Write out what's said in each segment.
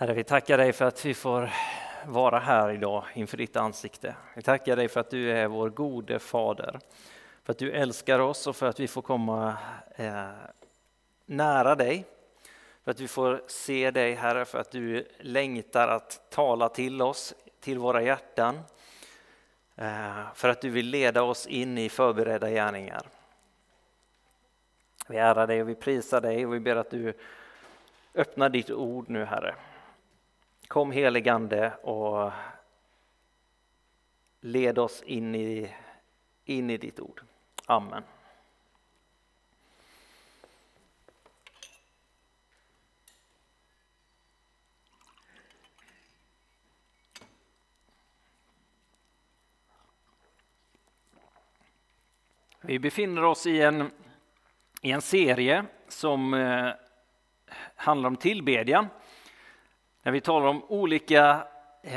Herre, vi tackar dig för att vi får vara här idag inför ditt ansikte. Vi tackar dig för att du är vår gode fader, för att du älskar oss och för att vi får komma nära dig. För att vi får se dig, Herre, för att du längtar att tala till oss, till våra hjärtan. För att du vill leda oss in i förberedda gärningar. Vi ärar dig och vi prisar dig och vi ber att du öppnar ditt ord nu, Herre. Kom heligande och led oss in i ditt ord. Amen. Vi befinner oss i en serie som handlar om tillbedjan. När vi talar om olika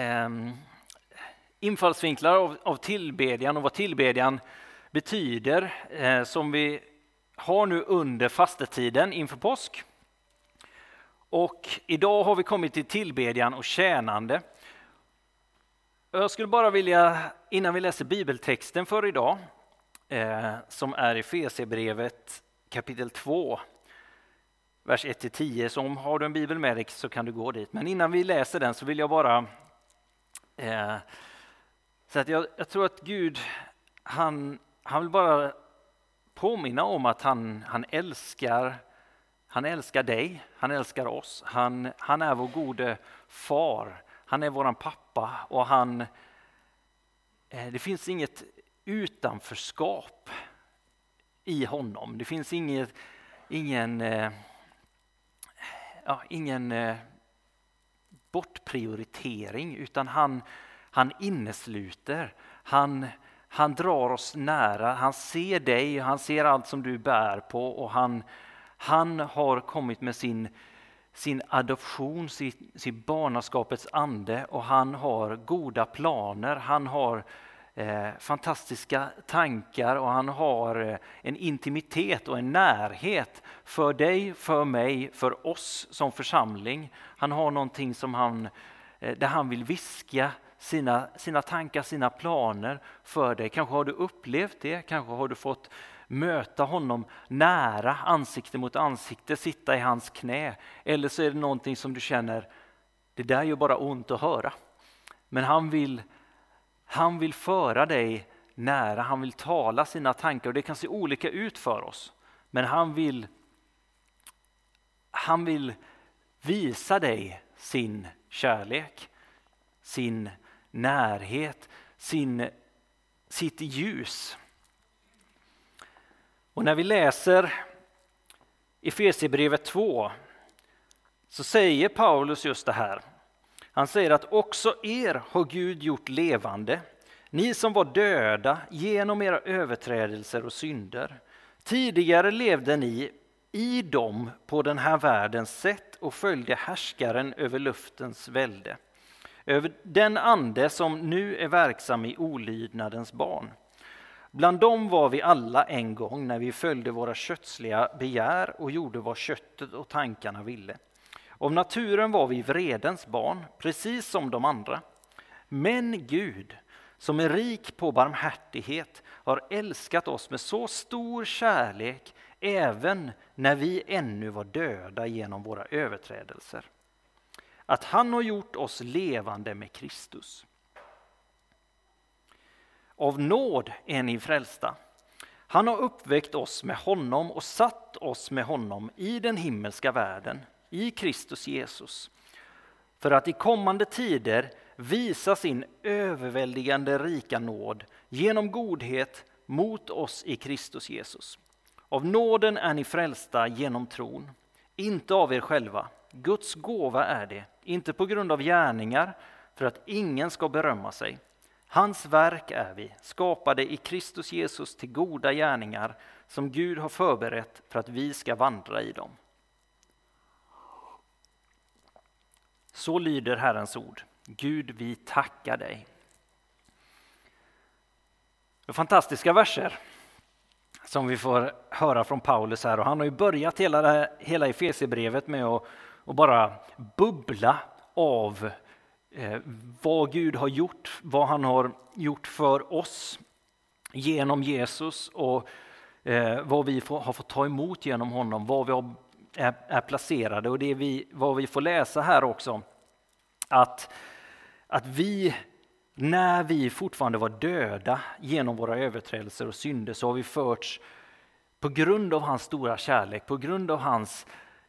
infallsvinklar av tillbedjan och vad tillbedjan betyder, som vi har nu under fastetiden inför påsk. Och idag har vi kommit till tillbedjan och tjänande. Jag skulle bara vilja, innan vi läser bibeltexten för idag, som är i Efesierbrevet kapitel 2, vers 1-10. Så om har du en bibel med dig så kan du gå dit. Men innan vi läser den så vill jag bara så att jag tror att Gud, han vill bara påminna om att han älskar dig, han älskar oss. Han är vår gode far, han är våran pappa och det finns inget utanförskap i honom. Det finns ingen bortprioritering, utan han innesluter. Han drar oss nära. Han ser dig, han ser allt som du bär på och han har kommit med sin adoption, sin barnaskapets ande, och han har goda planer. Han har fantastiska tankar och han har en intimitet och en närhet för dig, för mig, för oss som församling. Han har någonting där han vill viska sina tankar, sina planer för dig. Kanske har du upplevt det, kanske har du fått möta honom nära, ansikte mot ansikte, sitta i hans knä. Eller så är det någonting som du känner, det där gör bara ont att höra. Men han vill föra dig nära, han vill tala sina tankar, och det kan se olika ut för oss. Men han vill visa dig sin kärlek, sin närhet, sitt ljus. Och när vi läser Efesierbrevet 2 så säger Paulus just det här. Han säger att också er har Gud gjort levande, ni som var döda genom era överträdelser och synder. Tidigare levde ni i dem på den här världens sätt och följde härskaren över luftens välde, över den ande som nu är verksam i olydnadens barn. Bland dem var vi alla en gång när vi följde våra kötsliga begär och gjorde vad köttet och tankarna ville. Av naturen var vi vredens barn, precis som de andra. Men Gud, som är rik på barmhärtighet, har älskat oss med så stor kärlek även när vi ännu var döda genom våra överträdelser, att han har gjort oss levande med Kristus. Av nåd är ni frälsta. Han har uppväckt oss med honom och satt oss med honom i den himmelska världen, i Kristus Jesus, för att i kommande tider visa sin överväldigande rika nåd genom godhet mot oss i Kristus Jesus. Av nåden är ni frälsta genom tron, inte av er själva. Guds gåva är det, inte på grund av gärningar, för att ingen ska berömma sig. Hans verk är vi, skapade i Kristus Jesus till goda gärningar som Gud har förberett för att vi ska vandra i dem. Så lyder Herrens ord. Gud, vi tackar dig. Fantastiska verser som vi får höra från Paulus här. Och han har ju börjat hela Efesierbrevet med att bara bubbla av vad Gud har gjort, vad han har gjort för oss genom Jesus och vad vi har fått ta emot genom honom, var vi är placerade. Och vad vi får läsa här också, att vi, när vi fortfarande var döda genom våra överträdelser och synder, så har vi förts på grund av hans stora kärlek, på grund av hans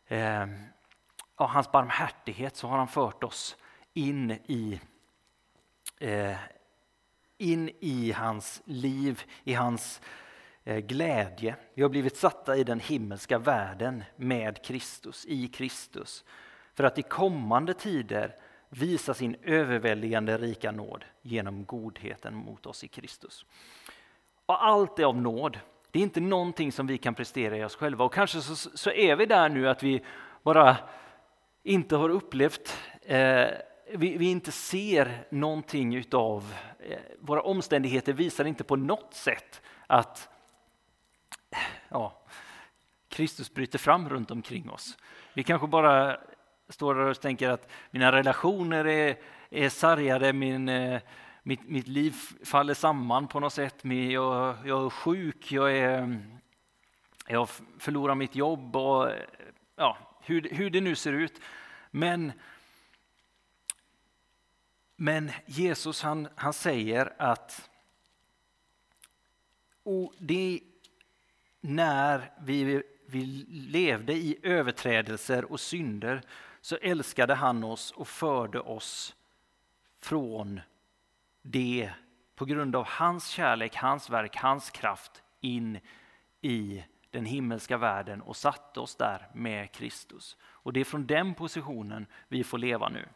barmhärtighet, så har han fört oss in i hans liv, i hans glädje. Vi har blivit satta i den himmelska världen med Kristus, i Kristus, för att i kommande tider visa sin överväldigande rika nåd genom godheten mot oss i Kristus. Och allt är av nåd. Det är inte någonting som vi kan prestera i oss själva. Och kanske så är vi där nu att vi bara inte har upplevt, vi inte ser någonting utav, våra omständigheter visar inte på något sätt att Kristus bryter fram runt omkring oss. Vi kanske bara står där och tänker att mina relationer är sargade, mitt liv faller samman på något sätt. Jag är sjuk, jag förlorar mitt jobb och hur det nu ser ut. Men Jesus han säger att det när vi levde i överträdelser och synder, så älskade han oss och förde oss från det, på grund av hans kärlek, hans verk, hans kraft, in i den himmelska världen och satte oss där med Kristus. Och det är från den positionen vi får leva nu.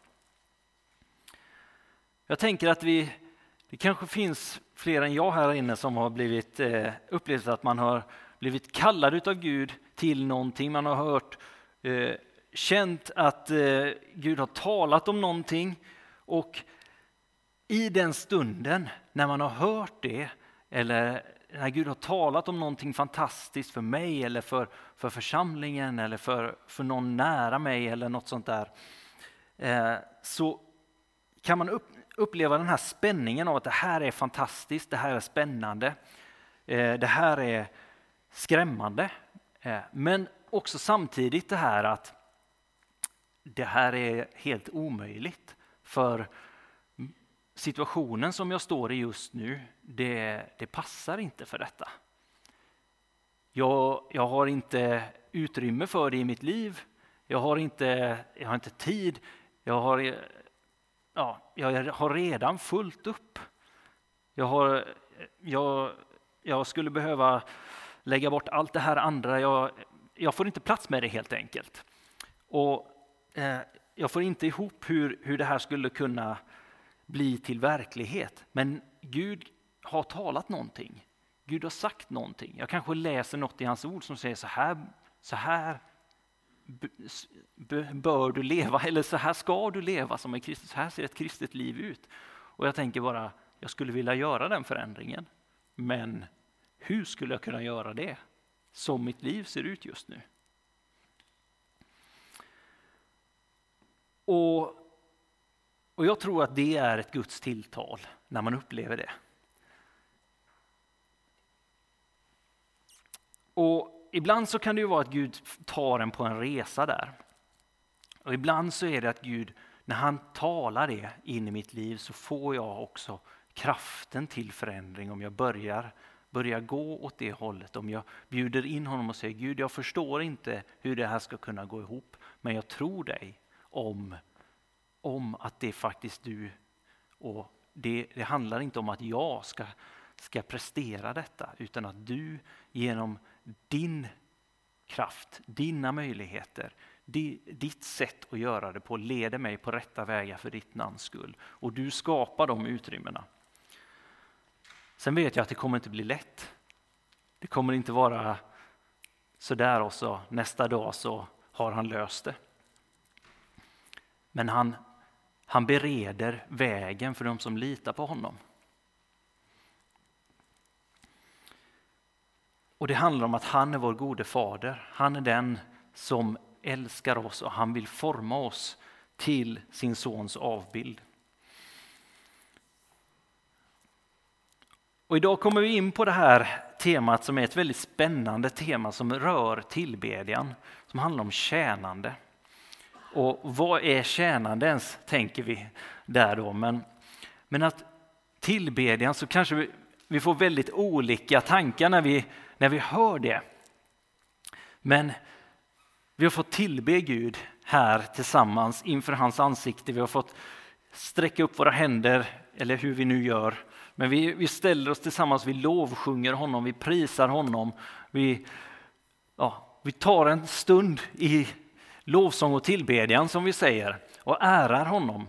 Jag tänker att det kanske finns fler än jag här inne som har blivit upplevt att man har blivit kallad utav Gud till någonting. Man har hört, känt att Gud har talat om någonting, och i den stunden när man har hört det, eller när Gud har talat om någonting fantastiskt för mig eller för församlingen eller för någon nära mig eller något sånt där, så kan man uppleva den här spänningen av att det här är fantastiskt, det här är spännande, det här är skrämmande, men också samtidigt det här att det här är helt omöjligt, för situationen som jag står i just nu, det passar inte för detta. Jag har inte utrymme för det i mitt liv, jag har inte tid, jag har redan fullt upp. Jag skulle behöva lägga bort allt det här andra. Jag får inte plats med det helt enkelt. Och jag får inte ihop hur det här skulle kunna bli till verklighet. Men Gud har talat någonting. Gud har sagt någonting. Jag kanske läser något i hans ord som säger så här bör du leva, eller så här ska du leva som är Kristus. Så här ser ett kristet liv ut. Och jag tänker bara, jag skulle vilja göra den förändringen. Men hur skulle jag kunna göra det som mitt liv ser ut just nu? Och jag tror att det är ett Guds tilltal när man upplever det. Och ibland så kan det ju vara att Gud tar en på en resa där. Och ibland så är det att Gud, när han talar det in i mitt liv, så får jag också kraften till förändring. Om jag börjar gå åt det hållet, om jag bjuder in honom och säger Gud, jag förstår inte hur det här ska kunna gå ihop, men jag tror dig om att det är faktiskt du, och det handlar inte om att jag ska prestera detta, utan att du genom din kraft, dina möjligheter, ditt sätt att göra det på leder mig på rätta vägar för ditt namns skull. Och du skapar de utrymmena. Sen vet jag att det kommer inte bli lätt. Det kommer inte vara så där och så nästa dag så har han löst det. Men han bereder vägen för de som litar på honom. Och det handlar om att han är vår gode fader. Han är den som älskar oss och han vill forma oss till sin sons avbild. Och idag kommer vi in på det här temat som är ett väldigt spännande tema som rör tillbedjan, som handlar om tjänande. Och vad är tjänande ens, tänker vi där då. Men att tillbedjan, så kanske vi får väldigt olika tankar när vi hör det. Men vi har fått tillbe Gud här tillsammans inför hans ansikte. Vi har fått sträcka upp våra händer, eller hur vi nu gör. Men vi ställer oss tillsammans, vi lovsjunger honom, vi prisar honom. Vi tar en stund i lovsång och tillbedjan, som vi säger, och ärar honom.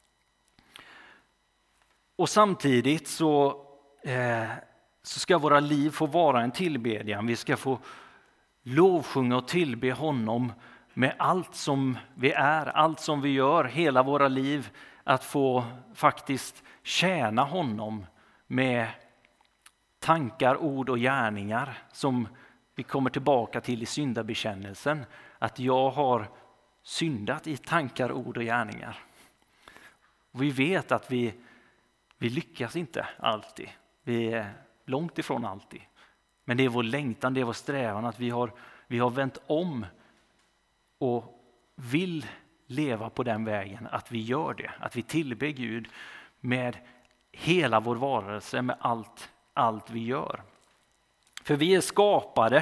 Och samtidigt så ska våra liv få vara en tillbedjan. Vi ska få lovsjunga och tillbe honom med allt som vi är, allt som vi gör, hela våra liv. Att få faktiskt tjäna honom med tankar, ord och gärningar, som vi kommer tillbaka till i syndabekännelsen. Att jag har syndat i tankar, ord och gärningar. Och vi vet att vi lyckas inte alltid. Vi är långt ifrån alltid. Men det är vår längtan, det är vår strävan att vi har vänt om och vill leva på den vägen, att vi gör det. Att vi tillber Gud med hela vår varelse, med allt vi gör. För vi är skapade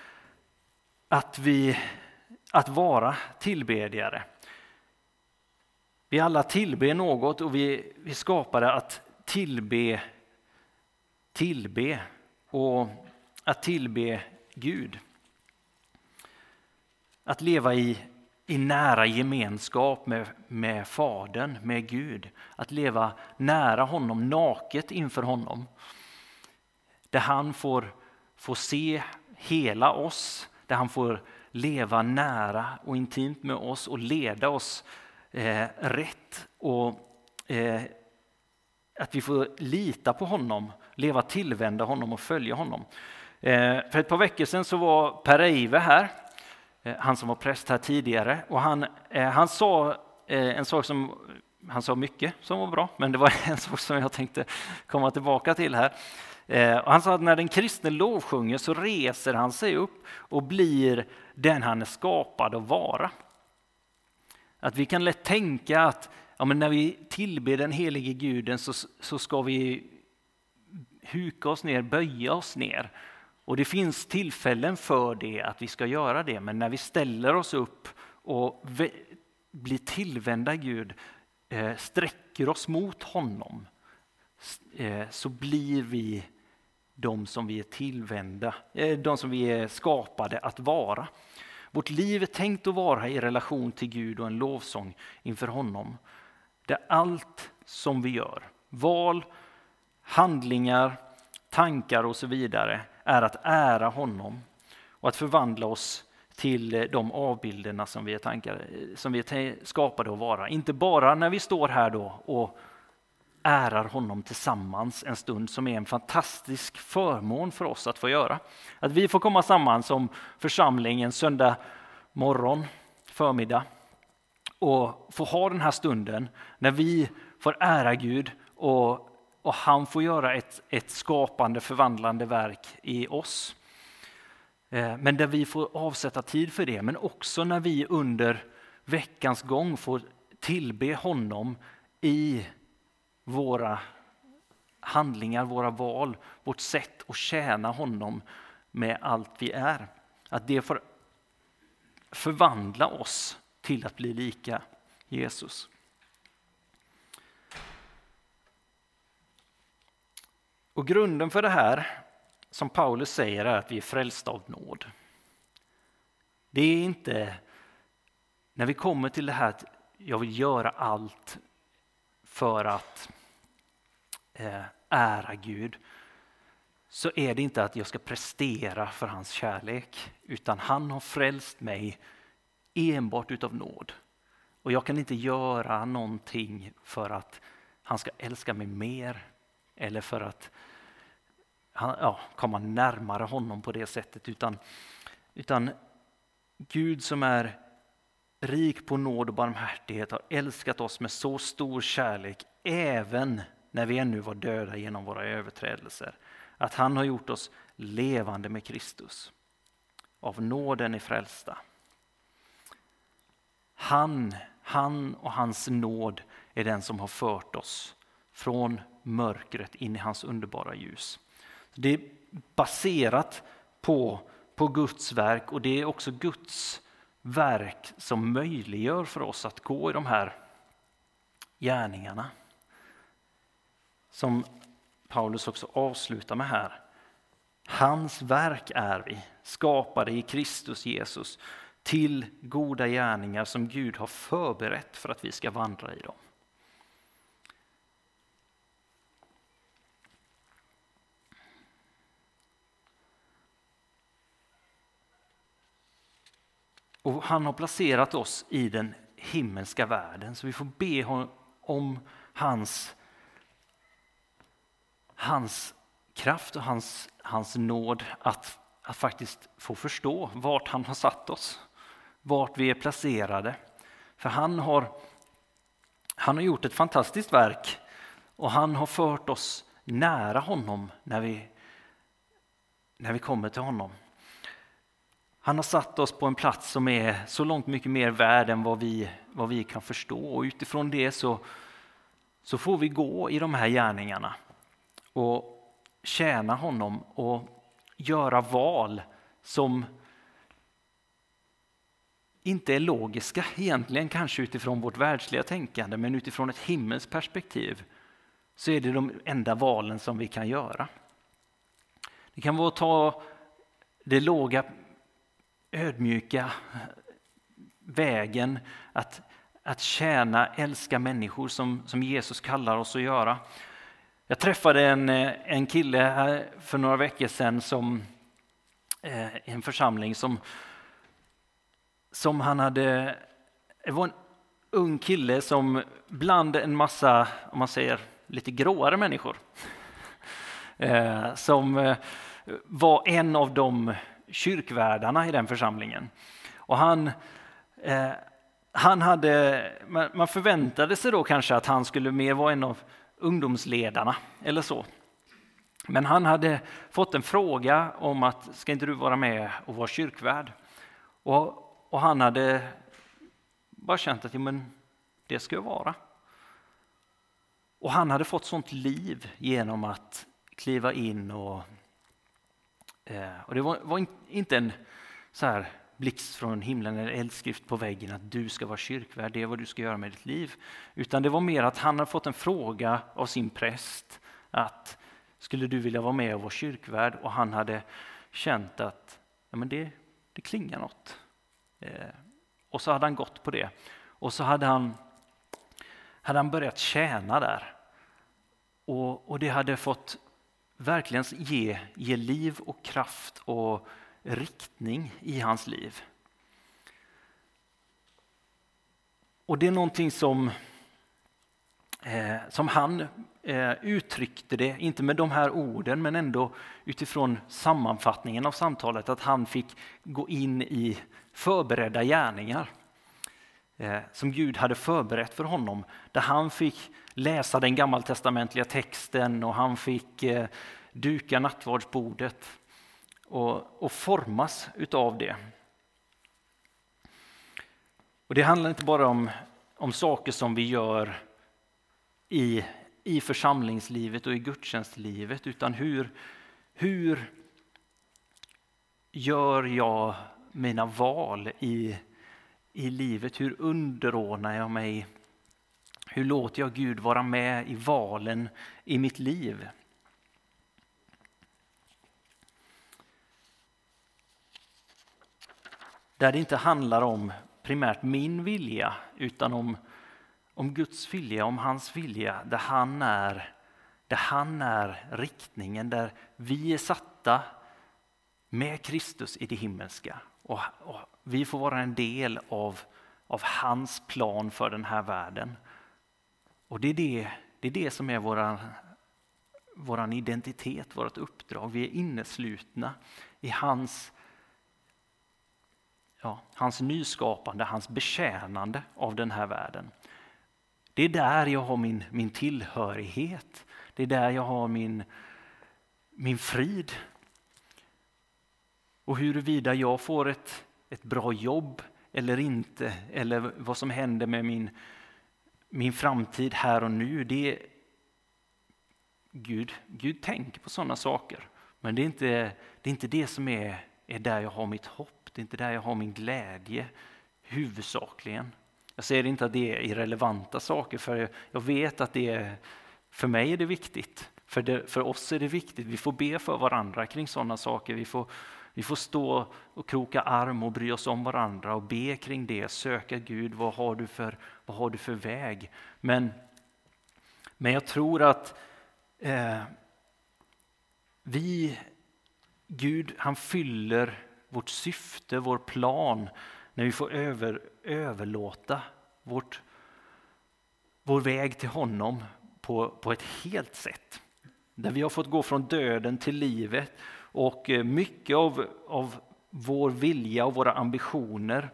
att vara tillbedjare. Vi alla tillber något, och vi skapade att tillbe och att tillbe Gud. Att leva i nära gemenskap med Fadern, med Gud. Att leva nära honom, naket inför honom. Där han får se hela oss, där han får leva nära och intimt med oss och leda oss rätt. Och att vi får lita på honom, leva tillvända honom och följa honom. För ett par veckor sedan så var Per Eive här, han som var präst här tidigare, och han sa en sak som, han sa mycket som var bra, men det var en sak som jag tänkte komma tillbaka till här. Och han sa att när den kristne lovsjunger så reser han sig upp och blir den han är skapad att vara. Att vi kan lätt tänka att men när vi tillber den helige Guden så ska vi huka oss ner, böja oss ner. Och det finns tillfällen för det, att vi ska göra det. Men när vi ställer oss upp och blir tillvända Gud, sträcker oss mot honom, så blir vi de som vi är tillvända, de som vi är skapade att vara. Vårt liv är tänkt att vara i relation till Gud och en lovsång inför honom. Där allt som vi gör, val, handlingar, tankar och så vidare, är att ära honom och att förvandla oss till de avbilderna som vi är skapade att vara. Inte bara när vi står här då och ärar honom tillsammans en stund, som är en fantastisk förmån för oss att få göra. Att vi får komma samman som församling en söndag morgon, förmiddag, och få ha den här stunden när vi får ära Gud och han får göra ett skapande, förvandlande verk i oss. Men där vi får avsätta tid för det, men också när vi under veckans gång får tillbe honom i våra handlingar, våra val, vårt sätt att tjäna honom med allt vi är. Att det får förvandla oss till att bli lika Jesus. Och grunden för det här, som Paulus säger, är att vi är frälsta av nåd. Det är inte när vi kommer till det här att jag vill göra allt för att ära Gud, så är det inte att jag ska prestera för hans kärlek, utan han har frälst mig enbart utav nåd. Och jag kan inte göra någonting för att han ska älska mig mer, eller för att komma närmare honom på det sättet, utan Gud som är rik på nåd och barmhärtighet, har älskat oss med så stor kärlek även när vi ännu var döda genom våra överträdelser, att han har gjort oss levande med Kristus. Av nåden är frälsta. Han och hans nåd är den som har fört oss från mörkret in i hans underbara ljus. Det är baserat på Guds verk, och det är också Guds verk som möjliggör för oss att gå i de här gärningarna. Som Paulus också avslutar med här. Hans verk är vi, skapade i Kristus Jesus till goda gärningar som Gud har förberett för att vi ska vandra i dem. Och han har placerat oss i den himmelska världen, så vi får be om hans kraft och hans nåd att faktiskt få förstå vart han har satt oss, vart vi är placerade. För han har gjort ett fantastiskt verk, och han har fört oss nära honom när vi kommer till honom. Han har satt oss på en plats som är så långt mycket mer värd än vad vi kan förstå, och utifrån det så får vi gå i de här gärningarna och tjäna honom och göra val som inte är logiska egentligen, kanske utifrån vårt världsliga tänkande, men utifrån ett himmelskt perspektiv så är det de enda valen som vi kan göra. Det kan vara att ta det låga, ödmjuka vägen att tjäna, älska människor som Jesus kallar oss att göra. Jag träffade en kille här för några veckor sedan i en församling som han hade. Det var en ung kille som bland en massa, om man säger lite gråare människor, som var en av de kyrkvärdarna i den församlingen. Och man förväntade sig då kanske att han skulle mer vara en av ungdomsledarna eller så. Men han hade fått en fråga om att ska inte du vara med och vara kyrkvärd? Och han hade bara känt att men det ska jag vara. Och han hade fått sånt liv genom att kliva in och det var inte en så här blixt från himlen eller eldskrift på väggen att du ska vara kyrkvärd, det är vad du ska göra med ditt liv. Utan det var mer att han hade fått en fråga av sin präst att skulle du vilja vara med och vara kyrkvärd? Och han hade känt att ja, men det klingar något. Och så hade han gått på det. Och så hade han börjat tjäna där. Och det hade fått verkligen ge liv och kraft och riktning i hans liv. Och det är någonting som han uttryckte det, inte med de här orden, men ändå utifrån sammanfattningen av samtalet, att han fick gå in i förberedda gärningar som Gud hade förberett för honom, där han fick läsa den gammaltestamentliga texten och han fick duka nattvardsbordet och formas utav det. Och det handlar inte bara om saker som vi gör i församlingslivet och i gudstjänstlivet, utan hur gör jag mina val i livet? Hur underordnar jag mig? Hur låter jag Gud vara med i valen i mitt liv? Där det inte handlar om primärt min vilja, utan om Guds vilja, om hans vilja, där han är riktningen, där vi är satta med Kristus i det himmelska. Och vi får vara en del av hans plan för den här världen. Och det är det som är våran identitet, vårt uppdrag. Vi är inneslutna i hans hans nyskapande, hans betjänande av den här världen. Det är där jag har min tillhörighet. Det är där jag har min frid. Och huruvida jag får ett bra jobb eller inte, eller vad som händer med min framtid här och nu, det är Gud tänker på sådana saker. Men det är inte det som är där jag har mitt hopp. Det är inte där jag har min glädje huvudsakligen. Jag säger inte att det är irrelevanta saker, för jag vet att för mig är det viktigt. För oss är det viktigt. Vi får be för varandra kring sådana saker. Vi får stå och kroka arm och bry oss om varandra och be kring det. Söka Gud, vad har du för väg? Men jag tror att Gud, han fyller vårt syfte, vår plan, när vi får överlåta vår väg till honom på ett helt sätt. Där vi har fått gå från döden till livet, och mycket av vår vilja och våra ambitioner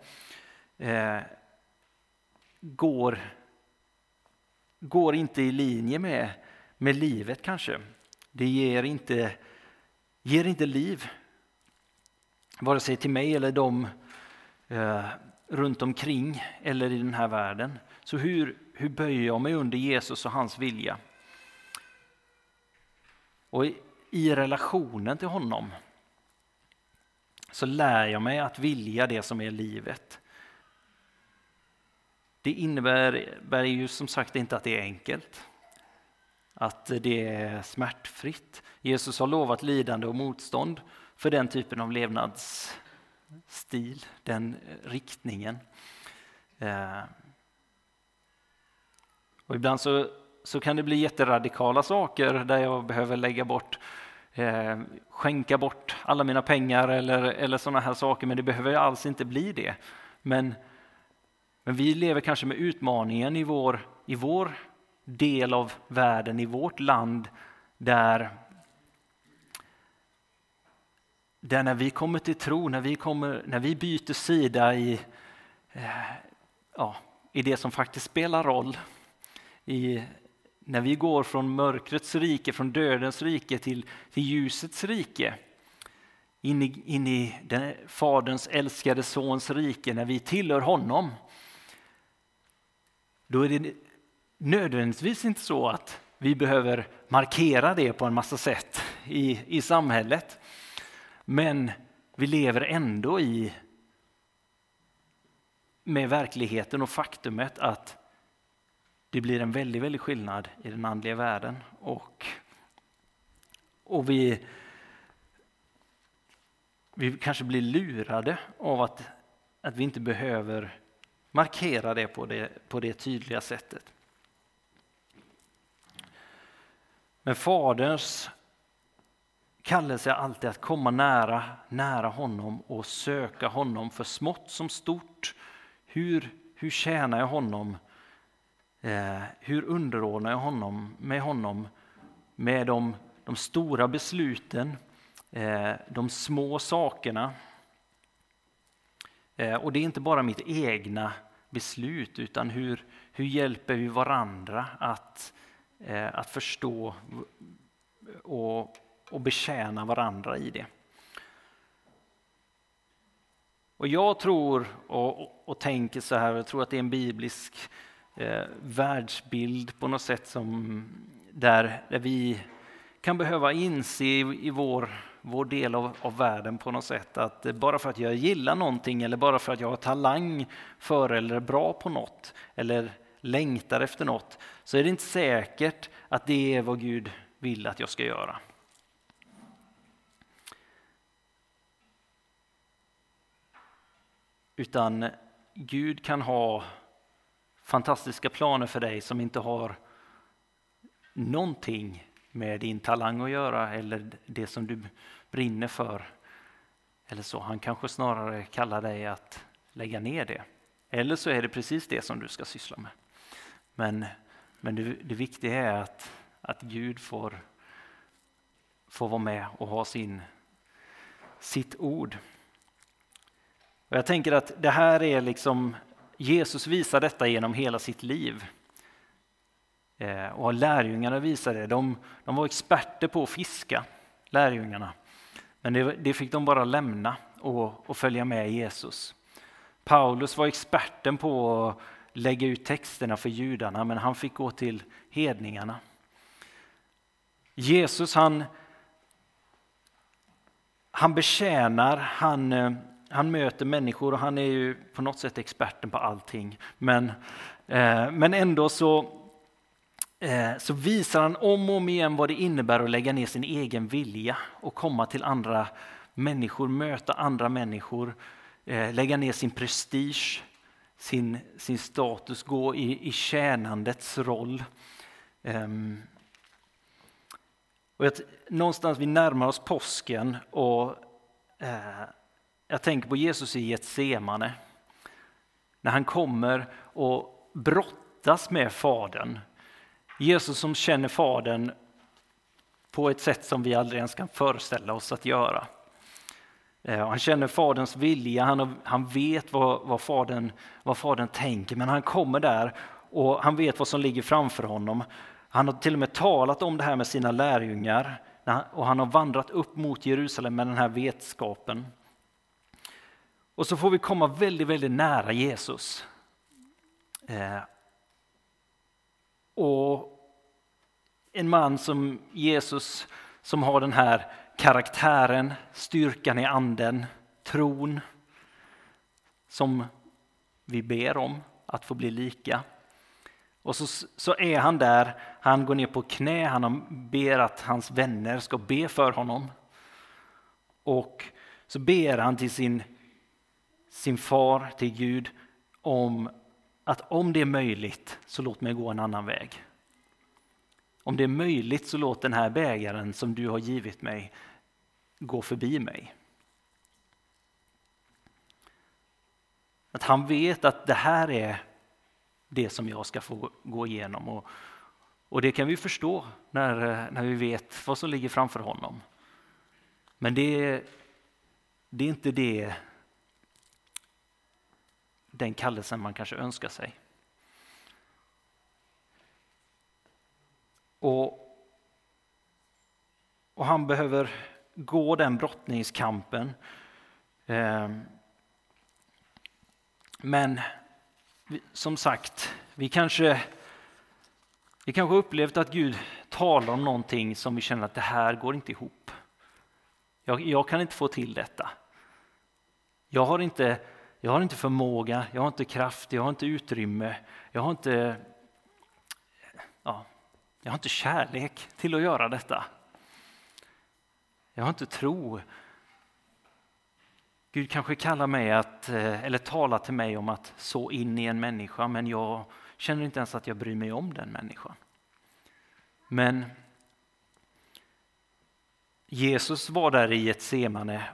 går inte i linje med livet kanske. Det ger inte liv, vare sig till mig eller de runt omkring eller i den här världen. Så hur böjer jag mig under Jesus och hans vilja? Och i relationen till honom så lär jag mig att vilja det som är livet. Det innebär ju som sagt inte att det är enkelt, att det är smärtfritt. Jesus har lovat lidande och motstånd för den typen av levnadsstil, den riktningen. Och ibland så kan det bli jätteradikala saker där jag behöver skänka bort alla mina pengar eller sådana här saker, men det behöver alls inte bli det. Men vi lever kanske med utmaningen i vår del av världen, i vårt land, där när vi kommer till tro, när vi byter sida i det som faktiskt spelar roll, när vi går från mörkrets rike, från dödens rike till ljusets rike, in i den faderns älskade sons rike, när vi tillhör honom, då är det nödvändigtvis inte så att vi behöver markera det på en massa sätt i samhället. Men vi lever ändå med verkligheten och faktumet att det blir en väldigt, väldigt skillnad i den andliga världen. Och vi kanske blir lurade av att vi inte behöver markera det på det tydliga sättet. Men Faderns kallelse är alltid att komma nära honom och söka honom för smått som stort. Hur tjänar jag honom? Hur underordnar jag honom med de stora besluten, de små sakerna? Och det är inte bara mitt egna beslut, utan hur hjälper vi varandra att förstå och betjäna varandra i det. Och jag tror och tänker så här, jag tror att det är en biblisk världsbild på något sätt där vi kan behöva inse i vår del av världen på något sätt, att bara för att jag gillar någonting eller bara för att jag har talang för eller är bra på något eller längtar efter något, så är det inte säkert att det är vad Gud vill att jag ska göra. Utan Gud kan ha fantastiska planer för dig som inte har någonting med din talang att göra eller det som du brinner för. Eller så. Han kanske snarare kallar dig att lägga ner det. Eller så är det precis det som du ska syssla med. Men det viktiga är att Gud får vara med och ha sitt ord. Och jag tänker att det här är liksom, Jesus visar detta genom hela sitt liv. Och lärjungarna visar det. De var experter på att fiska, lärjungarna. Men det fick de bara lämna och följa med Jesus. Paulus var experten på att lägga ut texterna för judarna, men han fick gå till hedningarna. Jesus han betjänar, han möter människor och han är ju på något sätt experten på allting. Men ändå så visar han om och om igen vad det innebär att lägga ner sin egen vilja och komma till andra människor, möta andra människor, lägga ner sin prestige, sin status, gå i tjänandets roll. Och någonstans vi närmar oss påsken och jag tänker på Jesus i Getsemane. När han kommer och brottas med Fadern. Jesus som känner Fadern på ett sätt som vi aldrig ens kan föreställa oss att göra. Han känner Faderns vilja, han vet vad Fadern tänker, men han kommer där och han vet vad som ligger framför honom. Han har till och med talat om det här med sina lärjungar och han har vandrat upp mot Jerusalem med den här vetskapen. Och så får vi komma väldigt, väldigt nära Jesus. Och en man som Jesus som har den här karaktären, styrkan i anden, tron som vi ber om att få bli lika. Och så är han där, han går ner på knä, han ber att hans vänner ska be för honom. Och så ber han till sin far, till Gud, om att om det är möjligt så låt mig gå en annan väg. Om det är möjligt så låt den här bägaren som du har givit mig gå förbi mig. Att han vet att det här är det som jag ska få gå igenom. Och det kan vi förstå när vi vet vad som ligger framför honom. Men det är inte den kallelsen man kanske önskar sig. Och han behöver gå den brottningskampen. Men som sagt, vi kanske upplevt att Gud talar om någonting som vi känner att det här går inte ihop. Jag kan inte få till detta. Jag har inte förmåga, jag har inte kraft, jag har inte utrymme, jag har inte kärlek till att göra detta. Jag har inte tro. Gud kanske kallar mig eller talar till mig om att så in i en människa, men jag känner inte ens att jag bryr mig om den människan. Men Jesus var där i Getsemane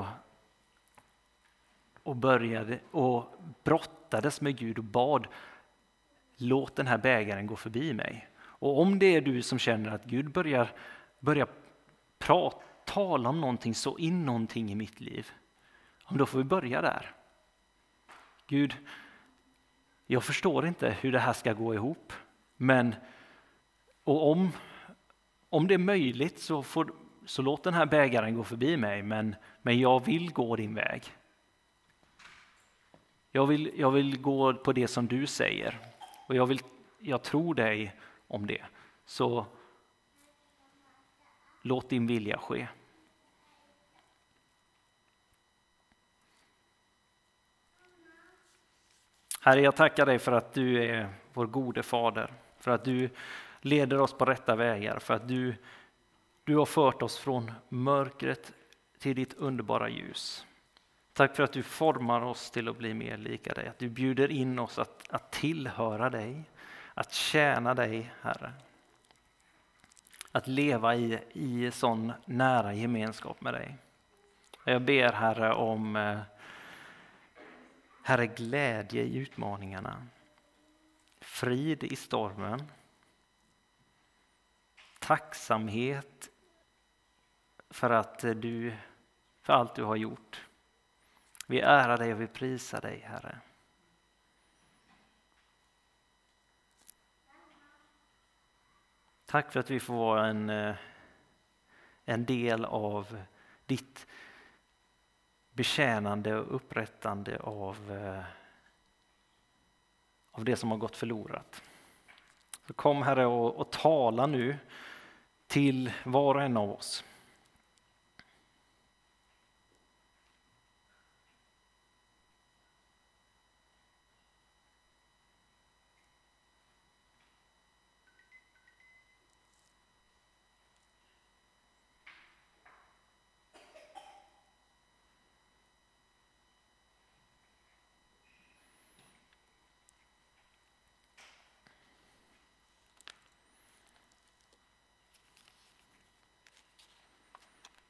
och började och brottades med Gud och bad, låt den här bägaren gå förbi mig. Och om det är du som känner att Gud börjar tala om någonting, så in någonting i mitt liv, då får vi börja där. Gud, jag förstår inte hur det här ska gå ihop, men om det är möjligt så låt den här bägaren gå förbi mig, men jag vill gå din väg. Jag vill gå på det som du säger och jag tror dig om det. Så låt din vilja ske. Herre, jag tackar dig för att du är vår gode fader, för att du leder oss på rätta vägar, för att du har fört oss från mörkret till ditt underbara ljus. Tack för att du formar oss till att bli mer lika dig, att du bjuder in oss att tillhöra dig, att tjäna dig, Herre. Att leva i sån nära gemenskap med dig. Jag ber, Herre, om Herre, glädje i utmaningarna, frid i stormen, tacksamhet för allt du har gjort. Vi ärar dig och vi prisar dig, Herre. Tack för att vi får vara en del av ditt betjänande och upprättande av det som har gått förlorat. Så kom, Herre, och tala nu till var och en av oss.